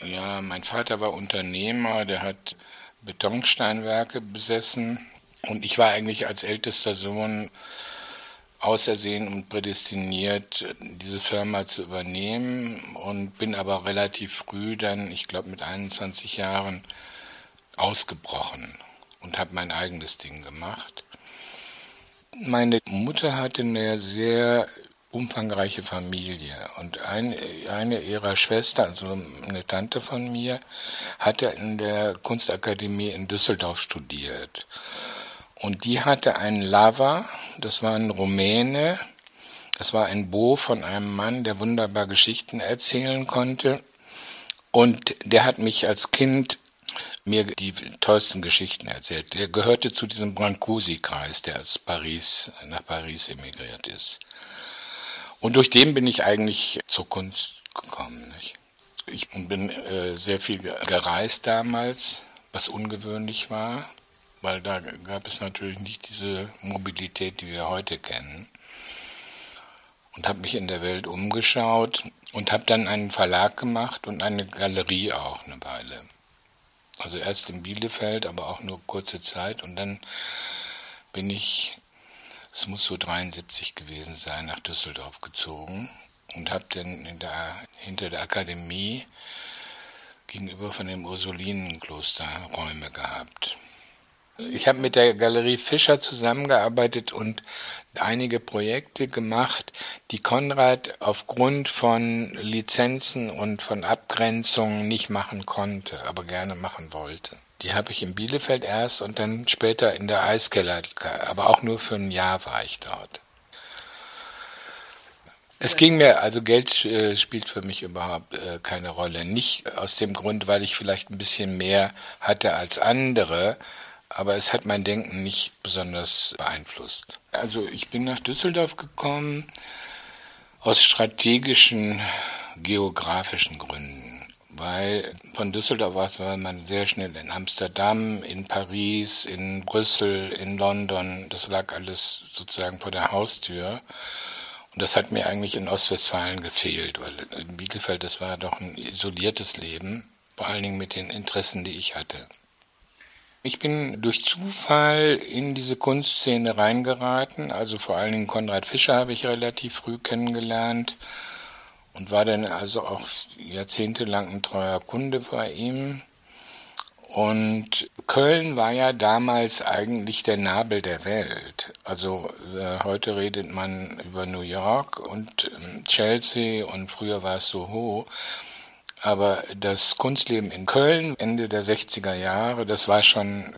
Ja, mein Vater war Unternehmer, der hat Betonsteinwerke besessen und ich war eigentlich als ältester Sohn ausersehen und prädestiniert, diese Firma zu übernehmen und bin aber relativ früh dann, ich glaube mit 21 Jahren, ausgebrochen und habe mein eigenes Ding gemacht. Meine Mutter hatte eine sehr umfangreiche Familie und eine ihrer Schwestern, also eine Tante von mir, hatte in der Kunstakademie in Düsseldorf studiert. Und die hatte einen Lover, das war ein Rumäne, das war ein Beau von einem Mann, der wunderbar Geschichten erzählen konnte. Und der hat mich als Kind mir die tollsten Geschichten erzählt. Der gehörte zu diesem Brancusi-Kreis, der nach Paris emigriert ist. Und durch den bin ich eigentlich zur Kunst gekommen. Nicht? Ich bin sehr viel gereist damals, was ungewöhnlich war, weil da gab es natürlich nicht diese Mobilität, die wir heute kennen. Und habe mich in der Welt umgeschaut und habe dann einen Verlag gemacht und eine Galerie auch eine Weile. Also erst in Bielefeld, aber auch nur kurze Zeit. Und dann bin ich, es muss so 73 gewesen sein, nach Düsseldorf gezogen und habe dann hinter der Akademie gegenüber von dem Ursulinenkloster Räume gehabt. Ich habe mit der Galerie Fischer zusammengearbeitet und einige Projekte gemacht, die Konrad aufgrund von Lizenzen und von Abgrenzungen nicht machen konnte, aber gerne machen wollte. Die habe ich in Bielefeld erst und dann später in der Eiskeller, aber auch nur für ein Jahr war ich dort. Es ging mir, also Geld spielt für mich überhaupt keine Rolle. Nicht aus dem Grund, weil ich vielleicht ein bisschen mehr hatte als andere, aber es hat mein Denken nicht besonders beeinflusst. Also ich bin nach Düsseldorf gekommen aus strategischen, geografischen Gründen, weil von Düsseldorf aus war man sehr schnell in Amsterdam, in Paris, in Brüssel, in London. Das lag alles sozusagen vor der Haustür. Und das hat mir eigentlich in Ostwestfalen gefehlt, weil in Bielefeld, das war doch ein isoliertes Leben, vor allen Dingen mit den Interessen, die ich hatte. Ich bin durch Zufall in diese Kunstszene reingeraten, also vor allen Dingen Konrad Fischer habe ich relativ früh kennengelernt und war dann also auch jahrzehntelang ein treuer Kunde bei ihm. Und Köln war ja damals eigentlich der Nabel der Welt. Also heute redet man über New York und Chelsea und früher war es Soho. Aber das Kunstleben in Köln, Ende der 60er Jahre, das war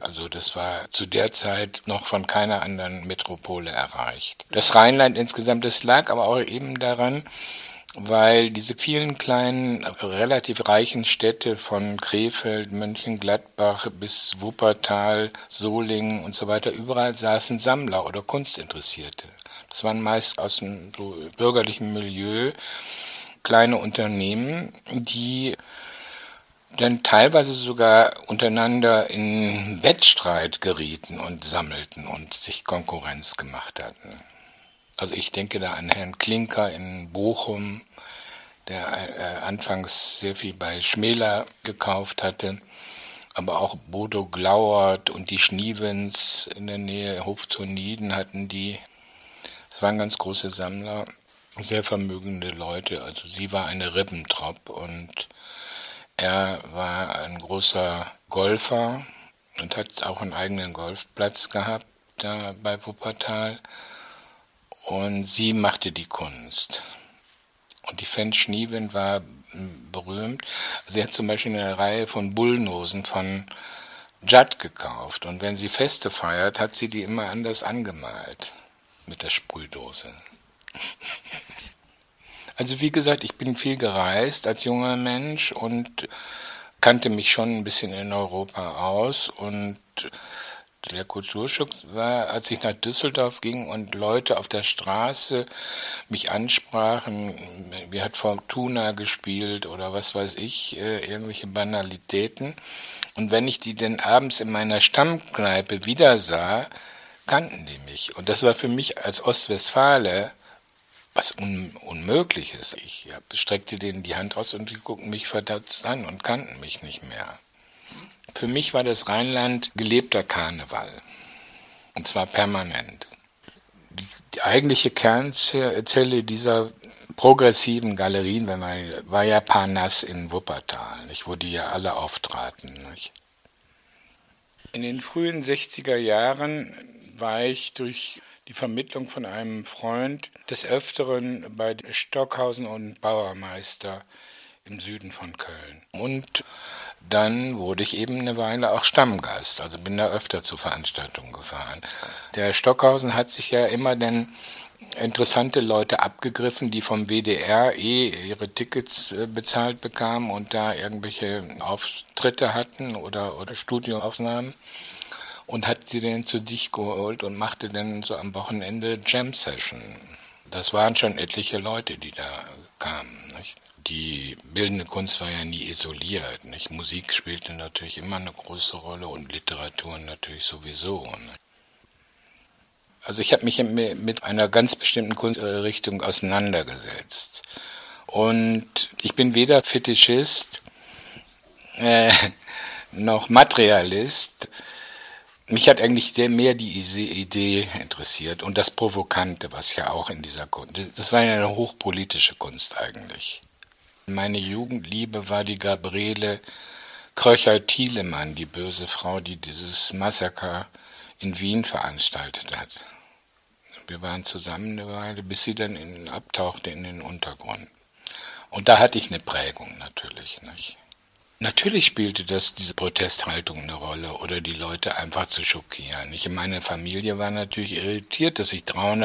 zu der Zeit noch von keiner anderen Metropole erreicht. Das Rheinland insgesamt, das lag aber auch eben daran, weil diese vielen kleinen, relativ reichen Städte von Krefeld, Mönchengladbach bis Wuppertal, Solingen und so weiter, überall saßen Sammler oder Kunstinteressierte. Das waren meist aus dem so bürgerlichen Milieu, kleine Unternehmen, die dann teilweise sogar untereinander in Wettstreit gerieten und sammelten und sich Konkurrenz gemacht hatten. Also ich denke da an Herrn Klinker in Bochum, der anfangs sehr viel bei Schmäler gekauft hatte, aber auch Bodo Glauert und die Schniewens in der Nähe Hofzurniden hatten die. Das waren ganz große Sammler, sehr vermögende Leute. Also sie war eine Ribbentrop und er war ein großer Golfer und hat auch einen eigenen Golfplatz gehabt da bei Wuppertal. Und sie machte die Kunst. Und die Fan Schniewen war berühmt. Sie hat zum Beispiel eine Reihe von Bullnosen von Judd gekauft. Und wenn sie Feste feiert, hat sie die immer anders angemalt mit der Sprühdose. Also wie gesagt, ich bin viel gereist als junger Mensch und kannte mich schon ein bisschen in Europa aus. Und der Kulturschock war, als ich nach Düsseldorf ging und Leute auf der Straße mich ansprachen, wie hat Fortuna gespielt oder was weiß ich, irgendwelche Banalitäten. Und wenn ich die dann abends in meiner Stammkneipe wieder sah, kannten die mich. Und das war für mich als Ostwestfale was unmöglich ist. Ich streckte denen die Hand aus und die guckten mich verdutzt an und kannten mich nicht mehr. Für mich war das Rheinland gelebter Karneval. Und zwar permanent. Die eigentliche Kernzelle dieser progressiven Galerien war ja Parnasse in Wuppertal, nicht, wo die ja alle auftraten. Nicht. In den frühen 60er Jahren war ich durch die Vermittlung von einem Freund des Öfteren bei Stockhausen und Bauermeister im Süden von Köln. Und dann wurde ich eben eine Weile auch Stammgast, also bin da öfter zu Veranstaltungen gefahren. Der Stockhausen hat sich ja immer dann interessante Leute abgegriffen, die vom WDR ihre Tickets bezahlt bekamen und da irgendwelche Auftritte hatten oder Studioaufnahmen und hat sie dann zu sich geholt und machte dann so am Wochenende Jam-Session. Das waren schon etliche Leute, die da kamen, nicht? Die bildende Kunst war ja nie isoliert, nicht? Musik spielte natürlich immer eine große Rolle und Literatur natürlich sowieso. Nicht? Also ich habe mich mit einer ganz bestimmten Kunstrichtung auseinandergesetzt. Und ich bin weder Fetischist noch Materialist. Mich hat eigentlich mehr die Idee interessiert und das Provokante, was ja auch in dieser Kunst, das war ja eine hochpolitische Kunst eigentlich. Meine Jugendliebe war die Gabriele Kröcher-Thielemann, die böse Frau, die dieses Massaker in Wien veranstaltet hat. Wir waren zusammen eine Weile, bis sie dann abtauchte in den Untergrund. Und da hatte ich eine Prägung natürlich, nicht? Natürlich spielte diese Protesthaltung eine Rolle oder die Leute einfach zu schockieren. Meine Familie war natürlich irritiert, dass ich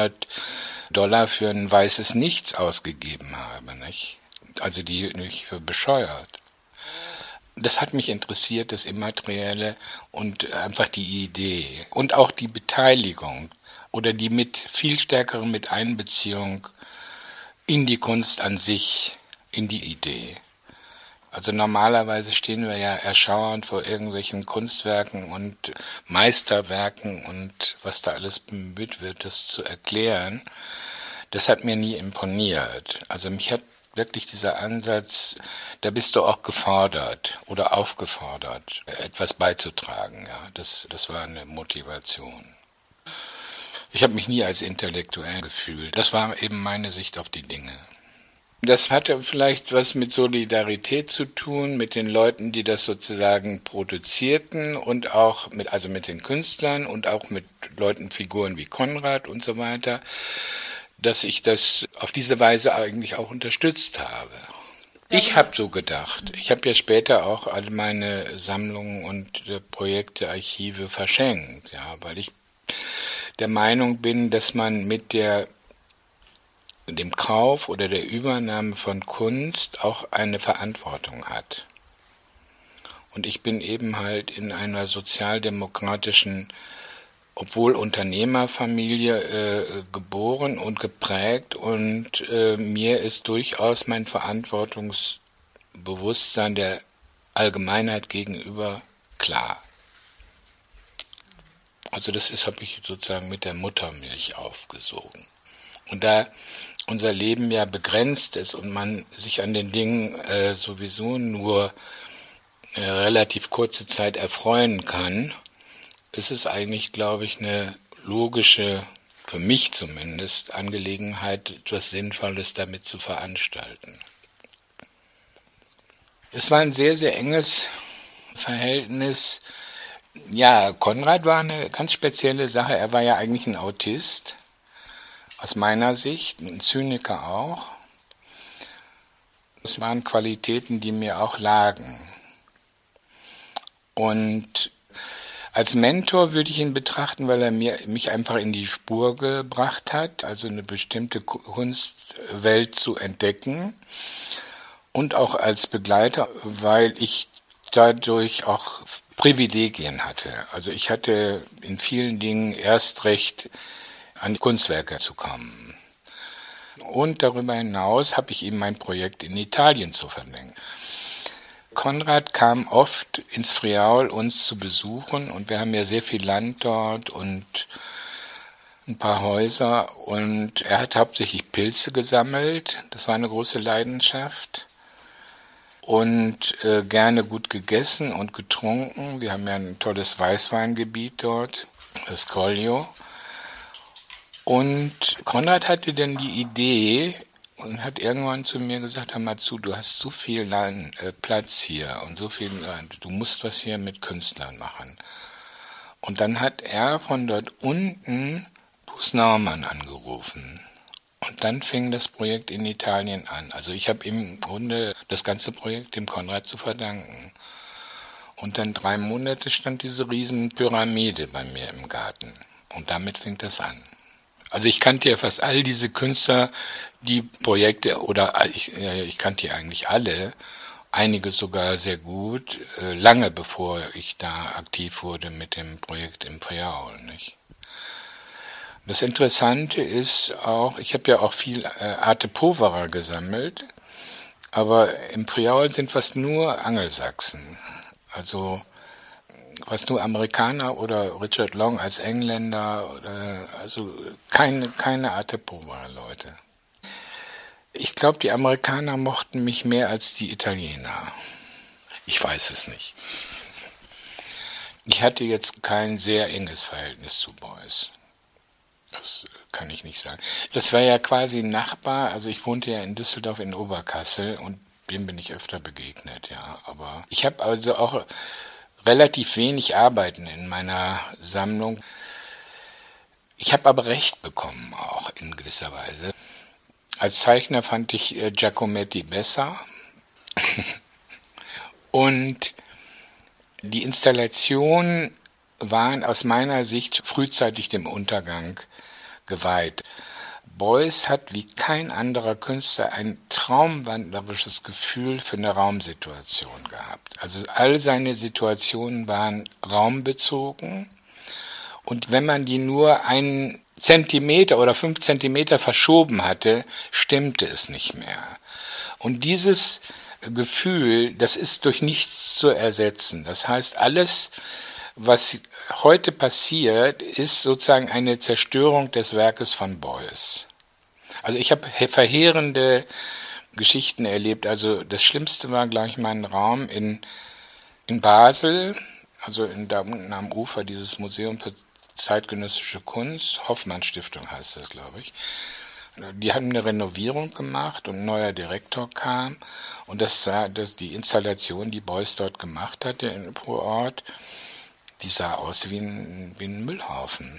$300 für ein weißes Nichts ausgegeben habe, nicht? Also die hielten mich für bescheuert. Das hat mich interessiert, das Immaterielle und einfach die Idee und auch die Beteiligung oder die viel stärkere Miteinbeziehung in die Kunst an sich, in die Idee. Also normalerweise stehen wir ja erschauernd vor irgendwelchen Kunstwerken und Meisterwerken und was da alles bemüht wird, das zu erklären. Das hat mir nie imponiert. Also mich hat wirklich dieser Ansatz, da bist du auch gefordert oder aufgefordert, etwas beizutragen. Ja, das war eine Motivation. Ich habe mich nie als intellektuell gefühlt. Das war eben meine Sicht auf die Dinge. Das hatte vielleicht was mit Solidarität zu tun, mit den Leuten, die das sozusagen produzierten und auch mit den Künstlern und auch mit Figuren wie Konrad und so weiter, dass ich das auf diese Weise eigentlich auch unterstützt habe. Ich habe so gedacht. Ich habe ja später auch alle meine Sammlungen und Projekte, Archive verschenkt, ja, weil ich der Meinung bin, dass man mit dem Kauf oder der Übernahme von Kunst auch eine Verantwortung hat. Und ich bin eben halt in einer sozialdemokratischen, obwohl Unternehmerfamilie geboren und geprägt und mir ist durchaus mein Verantwortungsbewusstsein der Allgemeinheit gegenüber klar. Also habe ich sozusagen mit der Muttermilch aufgesogen. Und da unser Leben ja begrenzt ist und man sich an den Dingen sowieso nur relativ kurze Zeit erfreuen kann, ist es eigentlich, glaube ich, eine logische, für mich zumindest, Angelegenheit, etwas Sinnvolles damit zu veranstalten. Es war ein sehr, sehr enges Verhältnis. Ja, Konrad war eine ganz spezielle Sache. Er war ja eigentlich ein Autist, aus meiner Sicht, ein Zyniker auch. Es waren Qualitäten, die mir auch lagen. Und als Mentor würde ich ihn betrachten, weil er mich einfach in die Spur gebracht hat, also eine bestimmte Kunstwelt zu entdecken. Und auch als Begleiter, weil ich dadurch auch Privilegien hatte. Also ich hatte in vielen Dingen erst recht an Kunstwerke zu kommen. Und darüber hinaus habe ich ihm mein Projekt in Italien zu verdanken. Konrad kam oft ins Friaul uns zu besuchen und wir haben ja sehr viel Land dort und ein paar Häuser und er hat hauptsächlich Pilze gesammelt. Das war eine große Leidenschaft. Und gerne gut gegessen und getrunken. Wir haben ja ein tolles Weißweingebiet dort, das Collio. Und Konrad hatte dann die Idee und hat irgendwann zu mir gesagt, hör mal zu, du hast so viel Platz hier und so viel Land, du musst was hier mit Künstlern machen. Und dann hat er von dort unten Bus Naumann angerufen. Und dann fing das Projekt in Italien an. Also ich habe im Grunde das ganze Projekt dem Konrad zu verdanken. Und dann 3 Monate stand diese riesen Pyramide bei mir im Garten. Und damit fing das an. Also ich kannte ja fast all diese Künstler, die Projekte, oder ich kannte ja eigentlich alle, einige sogar sehr gut, lange bevor ich da aktiv wurde mit dem Projekt im Friaul, nicht? Das Interessante ist auch, ich habe ja auch viel Arte Povera gesammelt, aber im Friaul sind fast nur Angelsachsen. Also fast nur Amerikaner oder Richard Long als Engländer, also keine Arte Povera Leute. Ich glaube, die Amerikaner mochten mich mehr als die Italiener. Ich weiß es nicht. Ich hatte jetzt kein sehr enges Verhältnis zu Beuys. Das kann ich nicht sagen. Das war ja quasi ein Nachbar, also ich wohnte ja in Düsseldorf in Oberkassel und dem bin ich öfter begegnet, ja. Aber ich habe also auch relativ wenig Arbeiten in meiner Sammlung. Ich habe aber Recht bekommen, auch in gewisser Weise. Als Zeichner fand ich Giacometti besser und die Installationen waren aus meiner Sicht frühzeitig dem Untergang geweiht. Beuys hat wie kein anderer Künstler ein traumwandlerisches Gefühl für eine Raumsituation gehabt. Also all seine Situationen waren raumbezogen und wenn man die nur einen Zentimeter oder 5 Zentimeter verschoben hatte, stimmte es nicht mehr. Und dieses Gefühl, das ist durch nichts zu ersetzen. Das heißt, alles, was heute passiert, ist sozusagen eine Zerstörung des Werkes von Beuys. Also ich habe verheerende Geschichten erlebt. Also das Schlimmste war, glaube ich, mein Raum in Basel, also da unten am Ufer dieses Museum für zeitgenössische Kunst, Hoffmann Stiftung heißt das, glaube ich. Die haben eine Renovierung gemacht und ein neuer Direktor kam und die Installation, die Beuys dort gemacht hatte vor Ort, die sah aus wie ein Müllhaufen.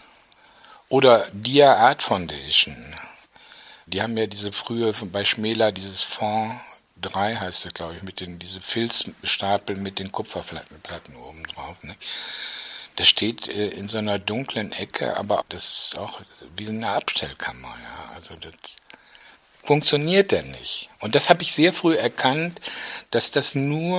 Oder Dia Art Foundation. Die haben ja diese frühe, bei Schmäler, dieses Fond 3 heißt das, glaube ich, diese Filzstapel mit den Kupferplatten oben drauf. Ne? Das steht in so einer dunklen Ecke, aber das ist auch wie eine Abstellkammer. Ja? Also das funktioniert denn nicht. Und das habe ich sehr früh erkannt, dass das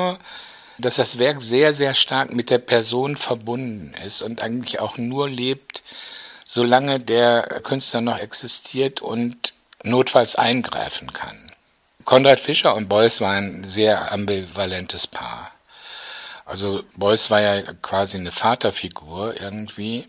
Werk sehr, sehr stark mit der Person verbunden ist und eigentlich auch nur lebt, solange der Künstler noch existiert und notfalls eingreifen kann. Konrad Fischer und Beuys waren ein sehr ambivalentes Paar. Also Beuys war ja quasi eine Vaterfigur irgendwie,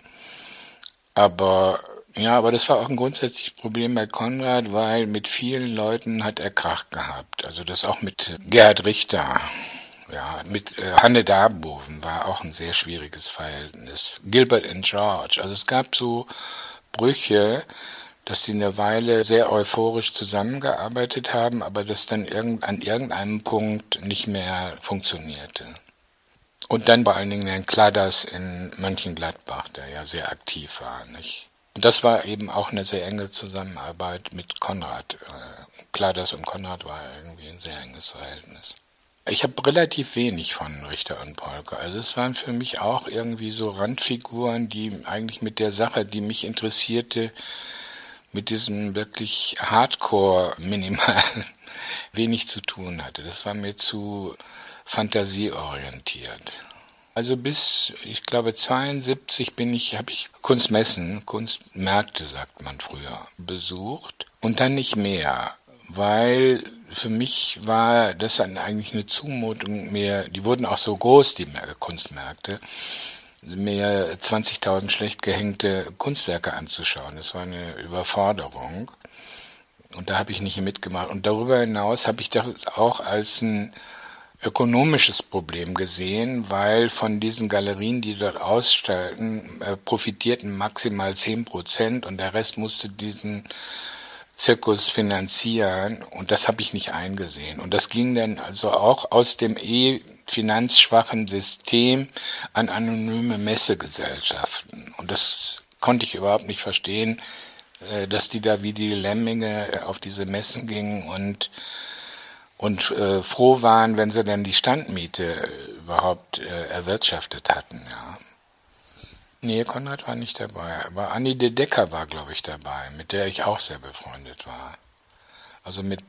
aber das war auch ein grundsätzliches Problem bei Konrad, weil mit vielen Leuten hat er Krach gehabt. Also das auch mit Gerhard Richter. Ja, mit Hanne Darboven war auch ein sehr schwieriges Verhältnis. Gilbert and George. Also es gab so Brüche, dass sie eine Weile sehr euphorisch zusammengearbeitet haben, aber das dann an irgendeinem Punkt nicht mehr funktionierte. Und dann vor allen Dingen Herrn Kladders in Mönchengladbach, der ja sehr aktiv war, nicht? Und das war eben auch eine sehr enge Zusammenarbeit mit Konrad. Kladders und Konrad war irgendwie ein sehr enges Verhältnis. Ich habe relativ wenig von Richter und Polke. Also es waren für mich auch irgendwie so Randfiguren, die eigentlich mit der Sache, die mich interessierte, mit diesem wirklich Hardcore-Minimal wenig zu tun hatte. Das war mir zu fantasieorientiert. Also bis, ich glaube, 72 habe ich Kunstmärkte, sagt man früher, besucht und dann nicht mehr, weil für mich war das dann eigentlich eine Zumutung mehr, die wurden auch so groß, die Kunstmärkte, mir 20.000 schlecht gehängte Kunstwerke anzuschauen. Das war eine Überforderung. Und da habe ich nicht mitgemacht. Und darüber hinaus habe ich das auch als ein ökonomisches Problem gesehen, weil von diesen Galerien, die dort ausstellten, profitierten maximal 10% und der Rest musste diesen Zirkus finanzieren und das habe ich nicht eingesehen. Und das ging dann also auch aus dem finanzschwachen System an anonyme Messegesellschaften. Und das konnte ich überhaupt nicht verstehen, dass die da wie die Lemminge auf diese Messen gingen und froh waren, wenn sie dann die Standmiete überhaupt erwirtschaftet hatten, ja. Nee, Konrad war nicht dabei, aber Annie de Decker war, glaube ich, dabei, mit der ich auch sehr befreundet war. Also mit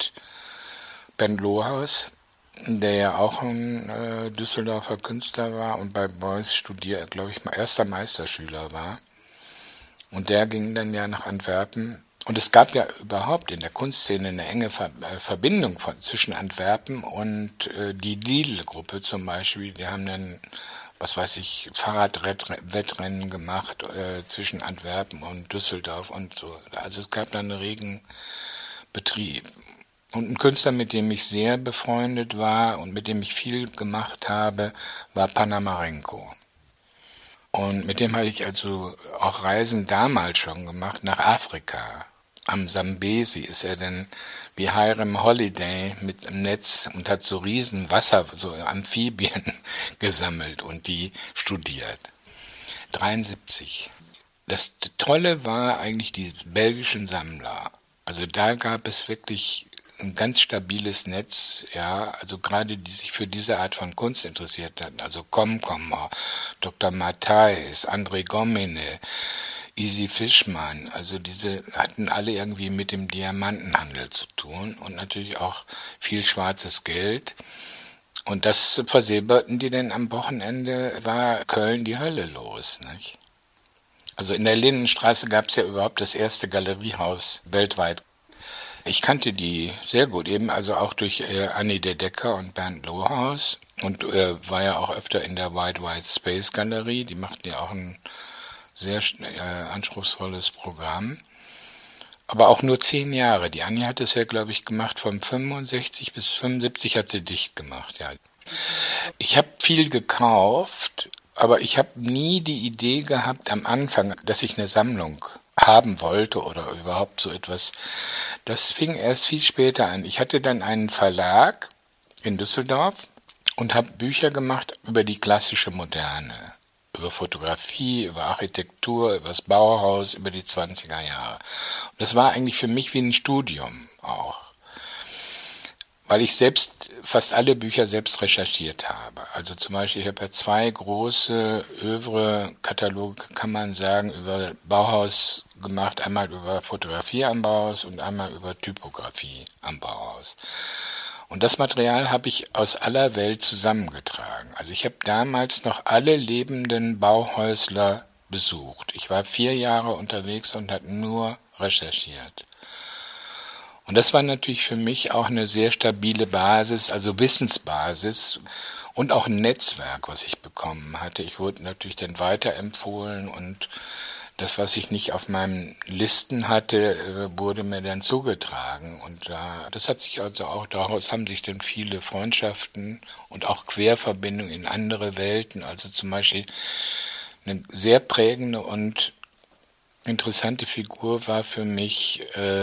Bernd Lohaus, der ja auch ein Düsseldorfer Künstler war und bei Beuys studiert, glaube ich, erster Meisterschüler war. Und der ging dann ja nach Antwerpen. Und es gab ja überhaupt in der Kunstszene eine enge Verbindung zwischen Antwerpen und die Lidl-Gruppe zum Beispiel. Die haben dann, was weiß ich, Fahrradwettrennen gemacht zwischen Antwerpen und Düsseldorf und so. Also es gab da einen regen Betrieb. Und ein Künstler, mit dem ich sehr befreundet war und mit dem ich viel gemacht habe, war Panamarenko. Und mit dem habe ich also auch Reisen damals schon gemacht nach Afrika. Am Sambesi ist er dann wie Hiram Holiday mit einem Netz und hat so riesen so Amphibien gesammelt und die studiert. 73. Das Tolle war eigentlich die belgischen Sammler. Also da gab es wirklich ein ganz stabiles Netz, ja, also gerade die sich für diese Art von Kunst interessiert hatten, also Komkommer, Dr. Matthijs, André Gomine, Easy Fischmann, also diese hatten alle irgendwie mit dem Diamantenhandel zu tun und natürlich auch viel schwarzes Geld. Und das versilberten die denn am Wochenende, war Köln die Hölle los, nicht? Also in der Lindenstraße gab es ja überhaupt das erste Galeriehaus weltweit. Ich kannte die sehr gut, eben also auch durch Annie de Decker und Bernd Lohaus und war ja auch öfter in der White Space Galerie. Die machten ja auch ein sehr anspruchsvolles Programm. Aber auch nur 10 Jahre. Die Annie hat es ja, glaube ich, gemacht, von 65 bis 75 hat sie dicht gemacht, ja. Ich habe viel gekauft, aber ich habe nie die Idee gehabt am Anfang, dass ich eine Sammlung haben wollte oder überhaupt so etwas. Das fing erst viel später an. Ich hatte dann einen Verlag in Düsseldorf und habe Bücher gemacht über die klassische Moderne, über Fotografie, über Architektur, über das Bauhaus, über die 20er Jahre. Und das war eigentlich für mich wie ein Studium auch, weil ich selbst fast alle Bücher selbst recherchiert habe. Also zum Beispiel, ich habe ja 2 große Övre-Kataloge, kann man sagen, über Bauhaus gemacht, einmal über Fotografie am Bauhaus und einmal über Typografie am Bauhaus. Und das Material habe ich aus aller Welt zusammengetragen. Also ich habe damals noch alle lebenden Bauhäusler besucht. Ich war 4 Jahre unterwegs und habe nur recherchiert. Und das war natürlich für mich auch eine sehr stabile Basis, also Wissensbasis und auch ein Netzwerk, was ich bekommen hatte. Ich wurde natürlich dann weiterempfohlen und das, was ich nicht auf meinen Listen hatte, wurde mir dann zugetragen. Und das hat sich also auch, daraus haben sich dann viele Freundschaften und auch Querverbindungen in andere Welten, also zum Beispiel eine sehr prägende und interessante Figur war für mich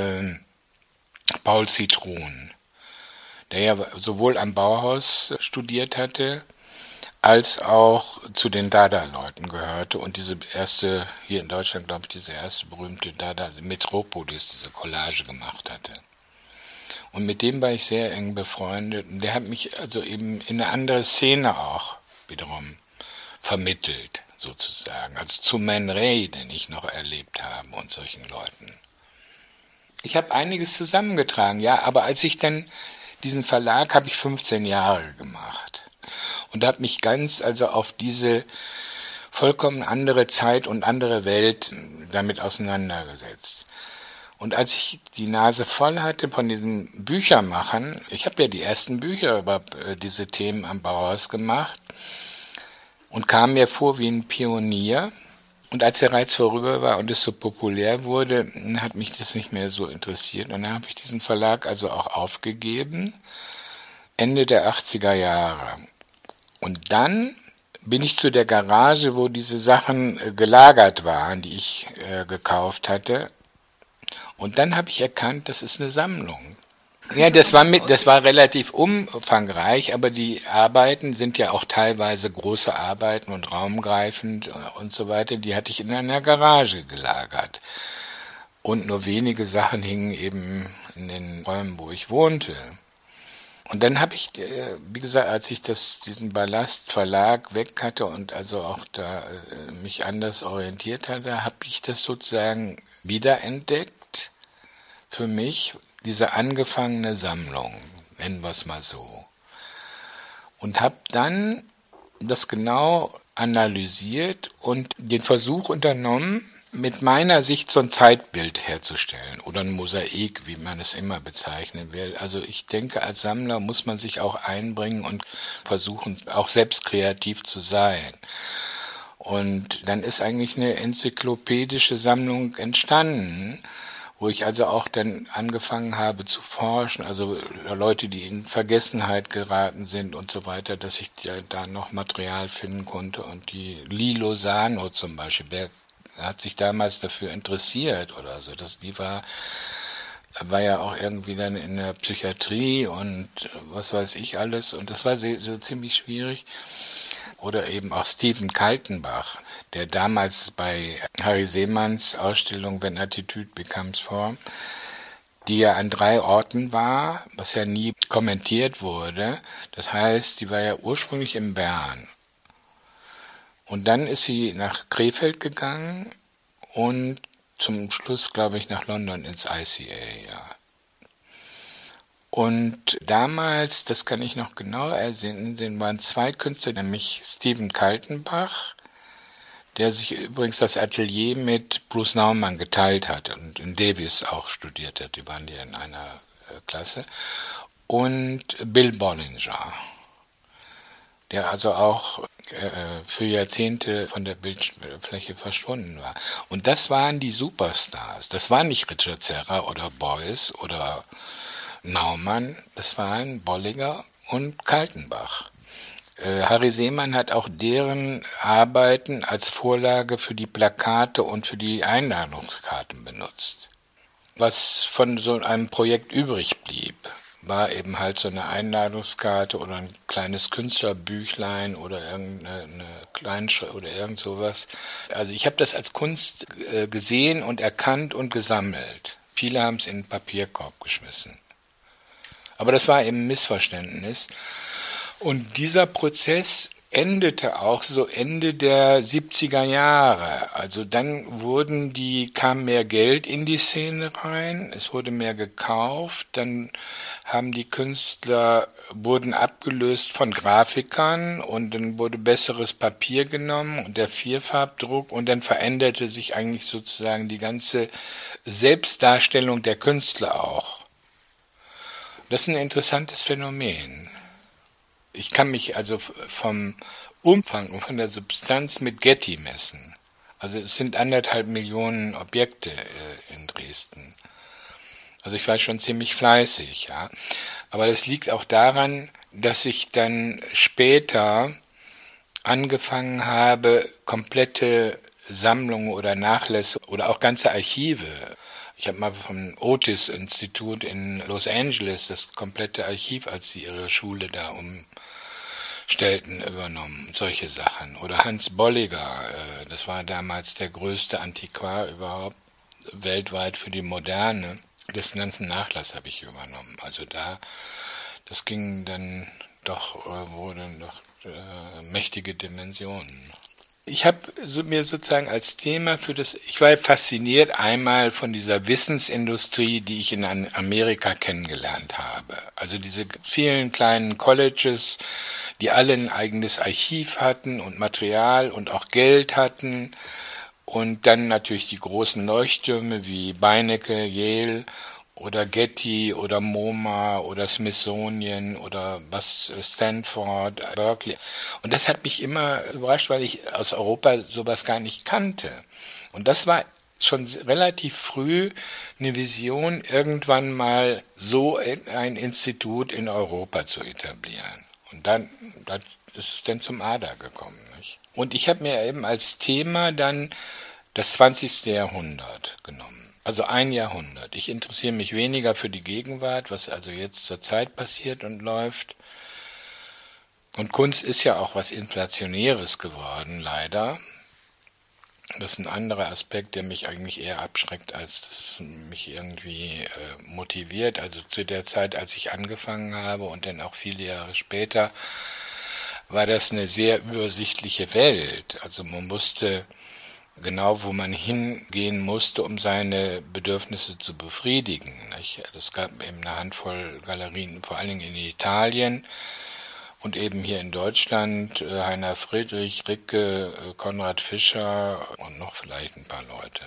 Paul Citroen, der ja sowohl am Bauhaus studiert hatte, als auch zu den Dada-Leuten gehörte und diese erste, hier in Deutschland glaube ich, diese erste berühmte Dada, Metropolis, diese Collage gemacht hatte. Und mit dem war ich sehr eng befreundet und der hat mich also eben in eine andere Szene auch wiederum vermittelt, sozusagen. Also zu Man Ray, den ich noch erlebt habe und solchen Leuten. Ich habe einiges zusammengetragen, ja, aber als ich dann diesen Verlag habe ich 15 Jahre gemacht und habe mich ganz also auf diese vollkommen andere Zeit und andere Welt damit auseinandergesetzt. Und als ich die Nase voll hatte von diesen Büchermachern, ich habe ja die ersten Bücher über diese Themen am Bauhaus gemacht, und kam mir vor wie ein Pionier. Und als der Reiz vorüber war und es so populär wurde, hat mich das nicht mehr so interessiert. Und dann habe ich diesen Verlag also auch aufgegeben, Ende der 80er Jahre. Und dann bin ich zu der Garage, wo diese Sachen gelagert waren, die ich gekauft hatte. Und dann habe ich erkannt, das ist eine Sammlung. Ja, das war relativ umfangreich, aber die Arbeiten sind ja auch teilweise große Arbeiten und raumgreifend und so weiter. Die hatte ich in einer Garage gelagert. Und nur wenige Sachen hingen eben in den Räumen, wo ich wohnte. Und dann habe ich, wie gesagt, als ich diesen Ballast-Verlag weg hatte und also auch da mich anders orientiert hatte, habe ich das sozusagen wiederentdeckt für mich, diese angefangene Sammlung, nennen wir es mal so. Und habe dann das genau analysiert und den Versuch unternommen, mit meiner Sicht so ein Zeitbild herzustellen oder ein Mosaik, wie man es immer bezeichnen will. Also ich denke, als Sammler muss man sich auch einbringen und versuchen, auch selbst kreativ zu sein. Und dann ist eigentlich eine enzyklopädische Sammlung entstanden, wo ich also auch dann angefangen habe zu forschen, also Leute, die in Vergessenheit geraten sind und so weiter, dass ich da noch Material finden konnte. Und die Lilo Lozano zum Beispiel, wer hat sich damals dafür interessiert oder so, die war ja auch irgendwie dann in der Psychiatrie und was weiß ich alles, und das war so ziemlich schwierig. Oder eben auch Steven Kaltenbach, der damals bei Harry Seemanns Ausstellung When Attitude Becomes Form, die ja an 3 Orten war, was ja nie kommentiert wurde. Das heißt, die war ja ursprünglich in Bern. Und dann ist sie nach Krefeld gegangen und zum Schluss, glaube ich, nach London ins ICA, ja. Und damals, das kann ich noch genau erinnern, waren 2 Künstler, nämlich Steven Kaltenbach, der sich übrigens das Atelier mit Bruce Nauman geteilt hat und in Davis auch studiert hat, die waren ja in einer Klasse, und Bill Bollinger, der also auch für Jahrzehnte von der Bildfläche verschwunden war. Und das waren die Superstars. Das waren nicht Richard Serra oder Beuys oder Naumann, das waren Bollinger und Kaltenbach. Harry Seemann hat auch deren Arbeiten als Vorlage für die Plakate und für die Einladungskarten benutzt. Was von so einem Projekt übrig blieb, war eben halt so eine Einladungskarte oder ein kleines Künstlerbüchlein oder irgendeine Kleinschrift oder irgend sowas. Also ich habe das als Kunst gesehen und erkannt und gesammelt. Viele haben es in den Papierkorb geschmissen. Aber das war eben ein Missverständnis. Und dieser Prozess endete auch so Ende der 70er Jahre. Also dann kam mehr Geld in die Szene rein, es wurde mehr gekauft, dann haben die Künstler, wurden abgelöst von Grafikern und dann wurde besseres Papier genommen und der Vierfarbdruck und dann veränderte sich eigentlich sozusagen die ganze Selbstdarstellung der Künstler auch. Das ist ein interessantes Phänomen. Ich kann mich also vom Umfang und von der Substanz mit Getty messen. Also es sind 1,5 Millionen Objekte in Dresden. Also ich war schon ziemlich fleißig, ja. Aber das liegt auch daran, dass ich dann später angefangen habe, komplette Sammlungen oder Nachlässe oder auch ganze Archive. Ich habe mal vom Otis-Institut in Los Angeles das komplette Archiv, als sie ihre Schule da umstellten, übernommen. Solche Sachen. Oder Hans Bolliger, das war damals der größte Antiquar überhaupt weltweit für die Moderne. Dessen ganzen Nachlass habe ich übernommen. Also das ging dann doch, wurde doch mächtige Dimensionen. Ich habe mir sozusagen als Thema ich war fasziniert einmal von dieser Wissensindustrie, die ich in Amerika kennengelernt habe. Also diese vielen kleinen Colleges, die alle ein eigenes Archiv hatten und Material und auch Geld hatten. Und dann natürlich die großen Leuchttürme wie Beinecke, Yale oder Getty oder MoMA oder Smithsonian oder was Stanford, Berkeley. Und das hat mich immer überrascht, weil ich aus Europa sowas gar nicht kannte. Und das war schon relativ früh eine Vision, irgendwann mal so ein Institut in Europa zu etablieren. Und dann ist es dann zum ADA gekommen. Nicht? Und ich habe mir eben als Thema dann das 20. Jahrhundert genommen. Also ein Jahrhundert. Ich interessiere mich weniger für die Gegenwart, was also jetzt zur Zeit passiert und läuft. Und Kunst ist ja auch was Inflationäres geworden, leider. Das ist ein anderer Aspekt, der mich eigentlich eher abschreckt, als das mich irgendwie motiviert. Also zu der Zeit, als ich angefangen habe und dann auch viele Jahre später, war das eine sehr übersichtliche Welt. Also man wusste genau, wo man hingehen musste, um seine Bedürfnisse zu befriedigen. Es gab eben eine Handvoll Galerien, vor allen Dingen in Italien und eben hier in Deutschland, Heiner Friedrich, Ricke, Konrad Fischer und noch vielleicht ein paar Leute.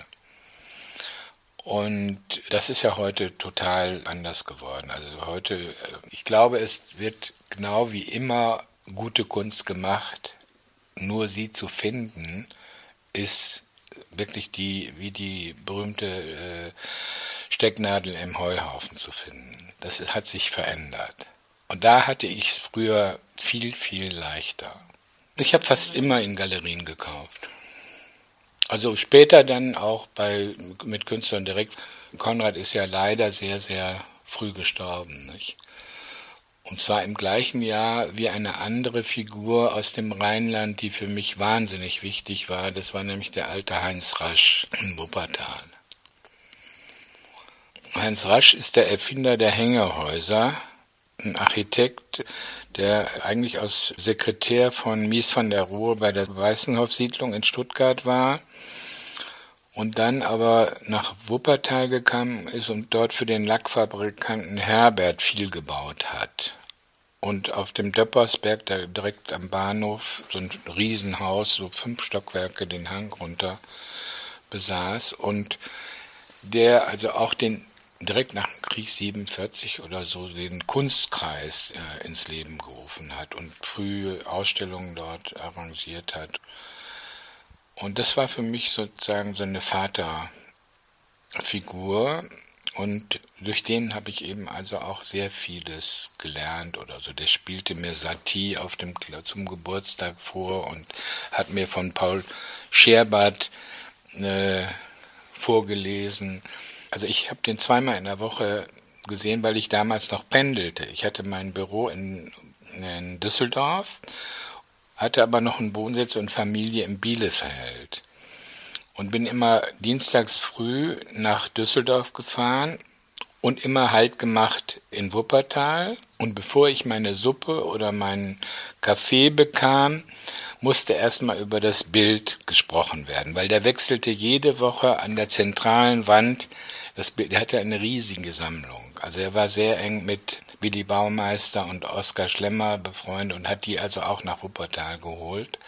Und das ist ja heute total anders geworden. Also heute, ich glaube, es wird genau wie immer gute Kunst gemacht, nur sie zu finden, ist wirklich wie die berühmte Stecknadel im Heuhaufen zu finden. Das hat sich verändert. Und da hatte ich es früher viel, viel leichter. Ich habe fast immer in Galerien gekauft. Also später dann auch mit Künstlern direkt. Konrad ist ja leider sehr, sehr früh gestorben, nicht? Und zwar im gleichen Jahr wie eine andere Figur aus dem Rheinland, die für mich wahnsinnig wichtig war. Das war nämlich der alte Heinz Rasch in Wuppertal. Heinz Rasch ist der Erfinder der Hängehäuser, ein Architekt, der eigentlich als Sekretär von Mies van der Rohe bei der Weißenhof-Siedlung in Stuttgart war und dann aber nach Wuppertal gekommen ist und dort für den Lackfabrikanten Herbert viel gebaut hat. Und auf dem Döppersberg, da direkt am Bahnhof, so ein Riesenhaus, so 5 Stockwerke den Hang runter besaß und der also auch direkt nach dem Krieg 47 oder so den Kunstkreis ins Leben gerufen hat und frühe Ausstellungen dort arrangiert hat. Und das war für mich sozusagen so eine Vaterfigur und durch den habe ich eben also auch sehr vieles gelernt oder so. Der spielte mir Satie zum Geburtstag vor und hat mir von Paul Scherbart vorgelesen. Also ich habe den zweimal in der Woche gesehen, weil ich damals noch pendelte. Ich hatte mein Büro in Düsseldorf, hatte aber noch einen Wohnsitz und Familie in Bielefeld und bin immer dienstags früh nach Düsseldorf gefahren und immer Halt gemacht in Wuppertal. Und bevor ich meine Suppe oder meinen Kaffee bekam, musste erstmal über das Bild gesprochen werden, weil der wechselte jede Woche an der zentralen Wand. Das Bild, er hatte eine riesige Sammlung. Also er war sehr eng mit Willy Baumeister und Oskar Schlemmer befreundet und hat die also auch nach Wuppertal geholt.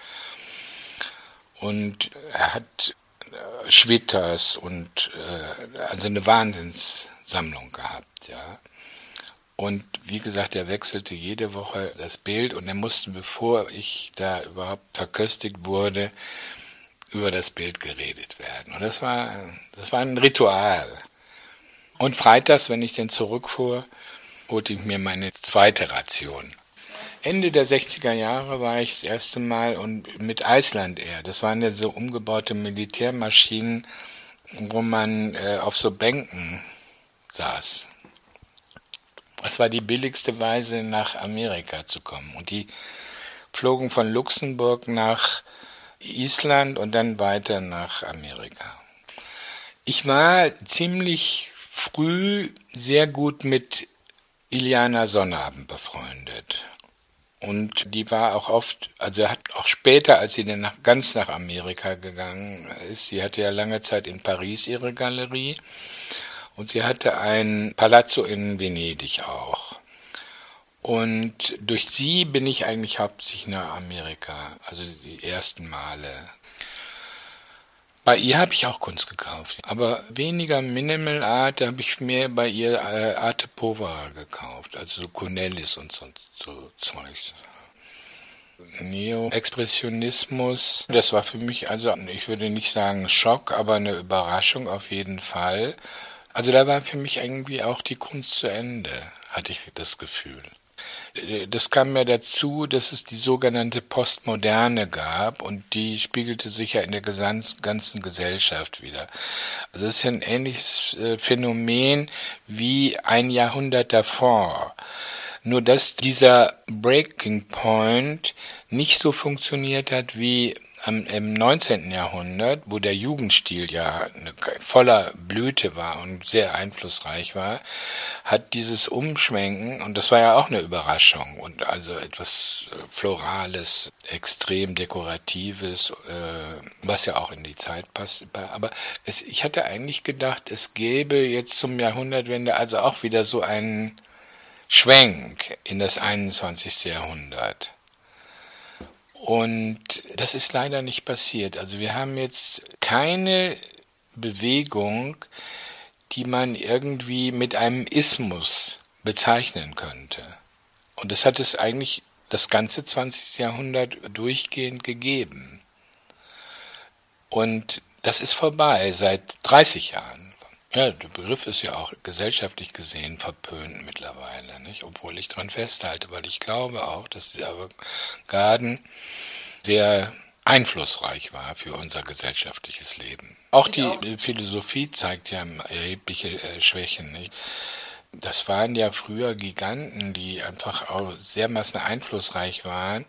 Und er hat Schwitters und also eine Wahnsinnssammlung gehabt, ja. Und wie gesagt, er wechselte jede Woche das Bild und er musste, bevor ich da überhaupt verköstigt wurde, über das Bild geredet werden. Und das war ein Ritual. Und freitags, wenn ich dann zurückfuhr, holte ich mir meine zweite Ration. Ende der 60er Jahre war ich das erste Mal und mit Iceland Air. Das waren ja so umgebaute Militärmaschinen, wo man auf so Bänken saß. Es war die billigste Weise, nach Amerika zu kommen. Und die flogen von Luxemburg nach Island und dann weiter nach Amerika. Ich war ziemlich früh sehr gut mit Iliana Sonnabend befreundet. Und die war auch oft, also hat auch später, als sie dann ganz nach Amerika gegangen ist, sie hatte ja lange Zeit in Paris ihre Galerie und sie hatte ein Palazzo in Venedig auch. Und durch sie bin ich eigentlich hauptsächlich nach Amerika, also die ersten Male. Bei ihr habe ich auch Kunst gekauft, aber weniger Minimal Art, da habe ich mehr bei ihr Arte Povera gekauft, also so Cornelis und so Zeugs. Neo-Expressionismus, das war für mich also, ich würde nicht sagen Schock, aber eine Überraschung auf jeden Fall. Also da war für mich irgendwie auch die Kunst zu Ende, hatte ich das Gefühl. Das kam ja dazu, dass es die sogenannte Postmoderne gab und die spiegelte sich ja in der ganzen Gesellschaft wieder. Also es ist ja ein ähnliches Phänomen wie ein Jahrhundert davor. Nur dass dieser Breaking Point nicht so funktioniert hat wie im 19. Jahrhundert, wo der Jugendstil ja voller Blüte war und sehr einflussreich war, hat dieses Umschwenken, und das war ja auch eine Überraschung, und also etwas Florales, extrem Dekoratives, was ja auch in die Zeit passt. Aber ich hatte eigentlich gedacht, es gäbe jetzt zum Jahrhundertwende also auch wieder so einen Schwenk in das 21. Jahrhundert. Und das ist leider nicht passiert. Also wir haben jetzt keine Bewegung, die man irgendwie mit einem Ismus bezeichnen könnte. Und das hat es eigentlich das ganze 20. Jahrhundert durchgehend gegeben. Und das ist vorbei seit 30 Jahren. Ja, der Begriff ist ja auch gesellschaftlich gesehen verpönt mittlerweile, nicht? Obwohl ich dran festhalte, weil ich glaube auch, dass die Avantgarden sehr einflussreich war für unser gesellschaftliches Leben. Auch die Philosophie zeigt ja erhebliche Schwächen, nicht? Das waren ja früher Giganten, die einfach auch dermaßen einflussreich waren.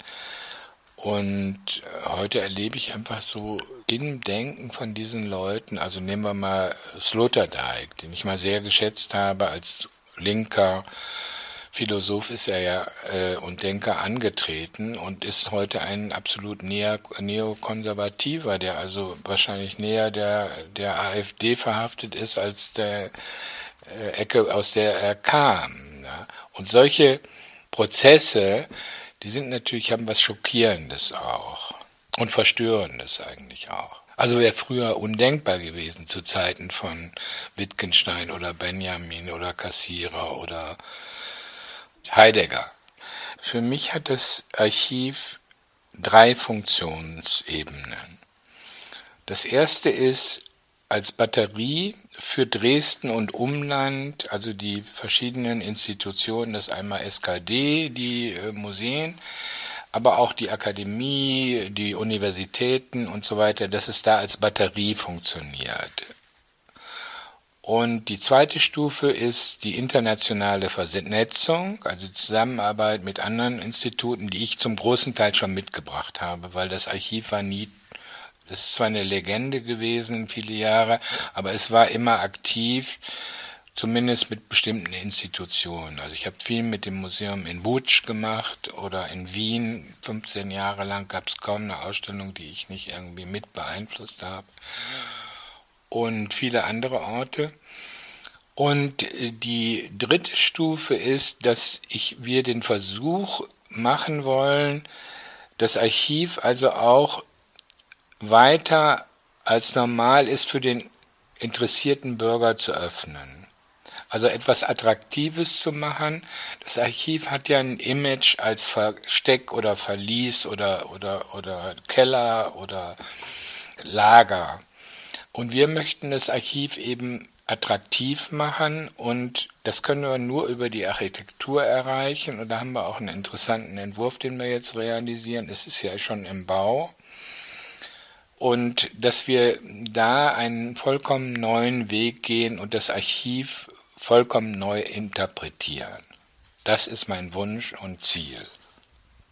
Und heute erlebe ich einfach so im Denken von diesen Leuten, also nehmen wir mal Sloterdijk, den ich mal sehr geschätzt habe als linker Philosoph, ist er ja und Denker angetreten und ist heute ein absolut neokonservativer, der also wahrscheinlich näher der AfD verhaftet ist als der Ecke, aus der er kam. Ja. Und solche Prozesse, die sind natürlich, haben was Schockierendes auch und Verstörendes eigentlich auch. Also wäre früher undenkbar gewesen zu Zeiten von Wittgenstein oder Benjamin oder Cassirer oder Heidegger. Für mich hat das Archiv 3 Funktionsebenen. Das erste ist als Batterie für Dresden und Umland, also die verschiedenen Institutionen, das einmal SKD, die Museen, aber auch die Akademie, die Universitäten und so weiter, dass es da als Batterie funktioniert. Und die zweite Stufe ist die internationale Vernetzung, also die Zusammenarbeit mit anderen Instituten, die ich zum großen Teil schon mitgebracht habe, weil das Archiv war nie. Es ist zwar eine Legende gewesen, viele Jahre, aber es war immer aktiv, zumindest mit bestimmten Institutionen. Also ich habe viel mit dem Museum in Łódź gemacht oder in Wien. 15 Jahre lang gab es kaum eine Ausstellung, die ich nicht irgendwie mit beeinflusst habe. Und viele andere Orte. Und die dritte Stufe ist, dass wir den Versuch machen wollen, das Archiv also auch weiter als normal ist für den interessierten Bürger zu öffnen. Also etwas Attraktives zu machen. Das Archiv hat ja ein Image als Versteck oder Verlies oder Keller oder Lager. Und wir möchten das Archiv eben attraktiv machen und das können wir nur über die Architektur erreichen. Und da haben wir auch einen interessanten Entwurf, den wir jetzt realisieren. Es ist ja schon im Bau. Und dass wir da einen vollkommen neuen Weg gehen und das Archiv vollkommen neu interpretieren. Das ist mein Wunsch und Ziel.